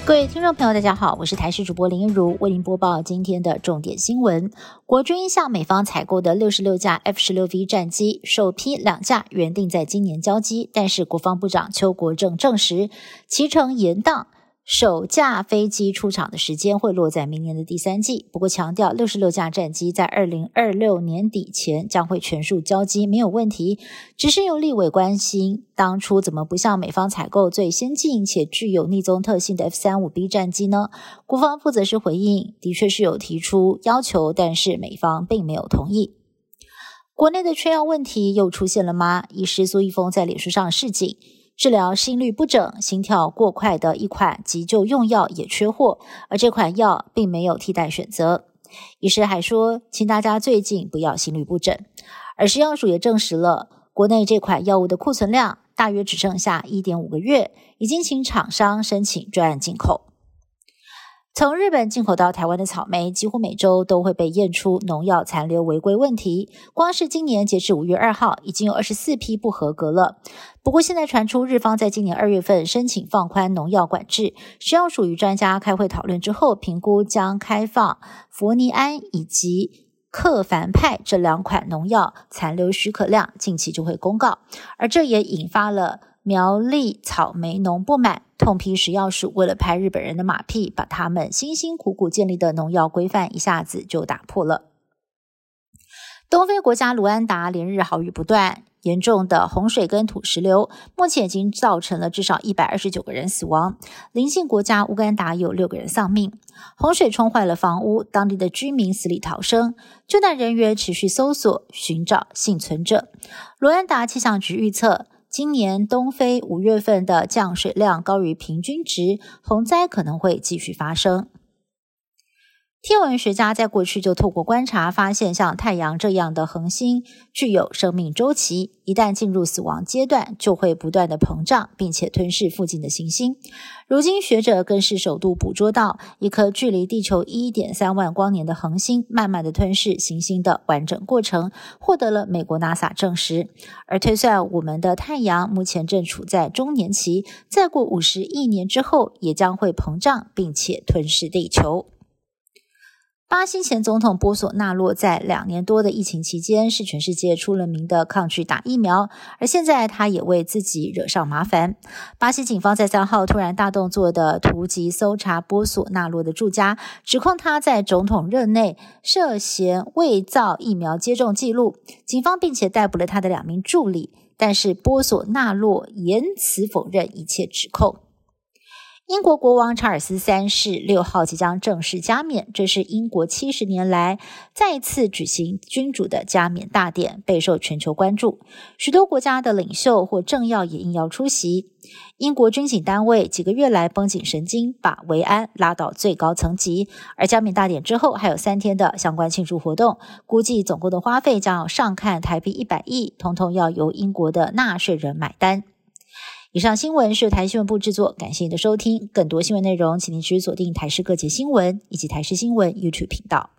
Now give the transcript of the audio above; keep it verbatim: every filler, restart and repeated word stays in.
各位听众朋友大家好，我是台视主播林一如，为您播报今天的重点新闻。国军向美方采购的六十六架 F 十六 V 战机，首批两架原定在今年交机，但是国防部长邱国正证实其程延宕，首架飞机出厂的时间会落在明年的第三季，不过强调六十六架战机在二零二六年底前将会全数交机，没有问题。只是有立委关心，当初怎么不向美方采购最先进且具有逆踪特性的 F 三十五 B 战机呢？国防部则是回应，的确是有提出要求，但是美方并没有同意。国内的缺药问题又出现了吗？医师苏一峰在脸书上示警，治疗心律不整、心跳过快的一款急救用药也缺货，而这款药并没有替代选择。医师还说，请大家最近不要心律不整。而食药署也证实了，国内这款药物的库存量大约只剩下 一点五个月，已经请厂商申请专案进口。从日本进口到台湾的草莓，几乎每周都会被验出农药残留违规问题。光是今年截至五月二号，已经有二十四批不合格了。不过现在传出日方在今年二月份申请放宽农药管制，食药署与专家开会讨论之后，评估将开放佛尼安以及克凡派这两款农药残留许可量，近期就会公告。而这也引发了苗栗草莓农不满，痛批食药署为了拍日本人的马屁，把他们辛辛苦苦建立的农药规范一下子就打破了。东非国家卢安达连日豪雨不断，严重的洪水跟土石流目前已经造成了至少一百二十九个人死亡，邻近国家乌干达有六个人丧命。洪水冲坏了房屋，当地的居民死里逃生，救难人员持续搜索寻找幸存者。卢安达气象局预测，今年东非五月份的降水量高于平均值，洪灾可能会继续发生。天文学家在过去就透过观察发现，像太阳这样的恒星具有生命周期，一旦进入死亡阶段，就会不断的膨胀，并且吞噬附近的行星。如今学者更是首度捕捉到一颗距离地球 一点三万光年的恒星慢慢的吞噬行星的完整过程，获得了美国 NASA 证实。而推算我们的太阳目前正处在中年期，再过五十亿年之后也将会膨胀，并且吞噬地球。巴西前总统波索纳洛在两年多的疫情期间是全世界出了名的抗拒打疫苗，而现在他也为自己惹上麻烦。巴西警方在三号突然大动作的突击搜查波索纳洛的住家，指控他在总统任内涉嫌伪造疫苗接种记录，警方并且逮捕了他的两名助理，但是波索纳洛严词否认一切指控。英国国王查尔斯三世六号即将正式加冕，这是英国七十年来再次举行君主的加冕大典，备受全球关注。许多国家的领袖或政要也应邀出席。英国军警单位几个月来绷紧神经，把维安拉到最高层级，而加冕大典之后还有三天的相关庆祝活动，估计总共的花费将要上看台币一百亿，统统要由英国的纳税人买单。以上新闻是台新闻部制作，感谢您的收听。更多新闻内容，请您持续锁定台视各节新闻以及台视新闻 YouTube 频道。